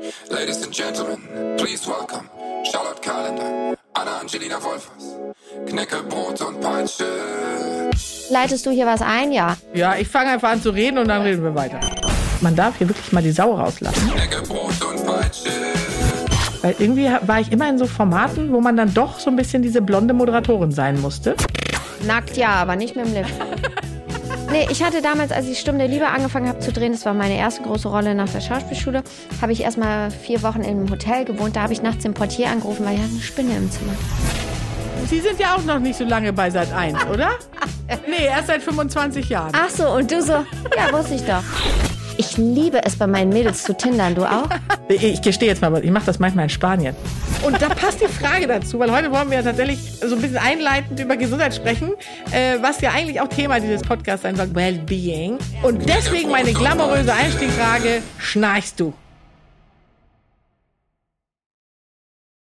Ladies and Gentlemen, please welcome Charlotte Kalender, Anna-Angelina Wolfers, Knäckebrot und Peitsche. Leitest du hier was ein? Ja. Ja, ich fange einfach an zu reden und dann reden wir weiter. Man darf hier wirklich mal die Sau rauslassen. Knäckebrot und Peitsche. Weil irgendwie war ich immer in so Formaten, wo man dann doch so ein bisschen diese blonde Moderatorin sein musste. Nackt ja, aber nicht mit dem Lift. Nee, ich hatte damals, als ich Sturm der Liebe angefangen habe zu drehen, das war meine erste große Rolle nach der Schauspielschule, habe ich erstmal 4 Wochen in einem Hotel gewohnt. Da habe ich nachts den Portier angerufen, weil ich hatte eine Spinne im Zimmer. Sie sind ja auch noch nicht so lange bei Sat.1, oder? Nee, erst seit 25 Jahren. Ach so, und du so, ja, wusste ich doch. Ich liebe es, bei meinen Mädels zu tindern, du auch? Ich gestehe jetzt mal, ich mache das manchmal in Spanien. Und da passt die Frage dazu, weil heute wollen wir ja tatsächlich so ein bisschen einleitend über Gesundheit sprechen, was ja eigentlich auch Thema dieses Podcasts sein soll, Wellbeing. Und deswegen meine glamouröse Einstiegsfrage, schnarchst du?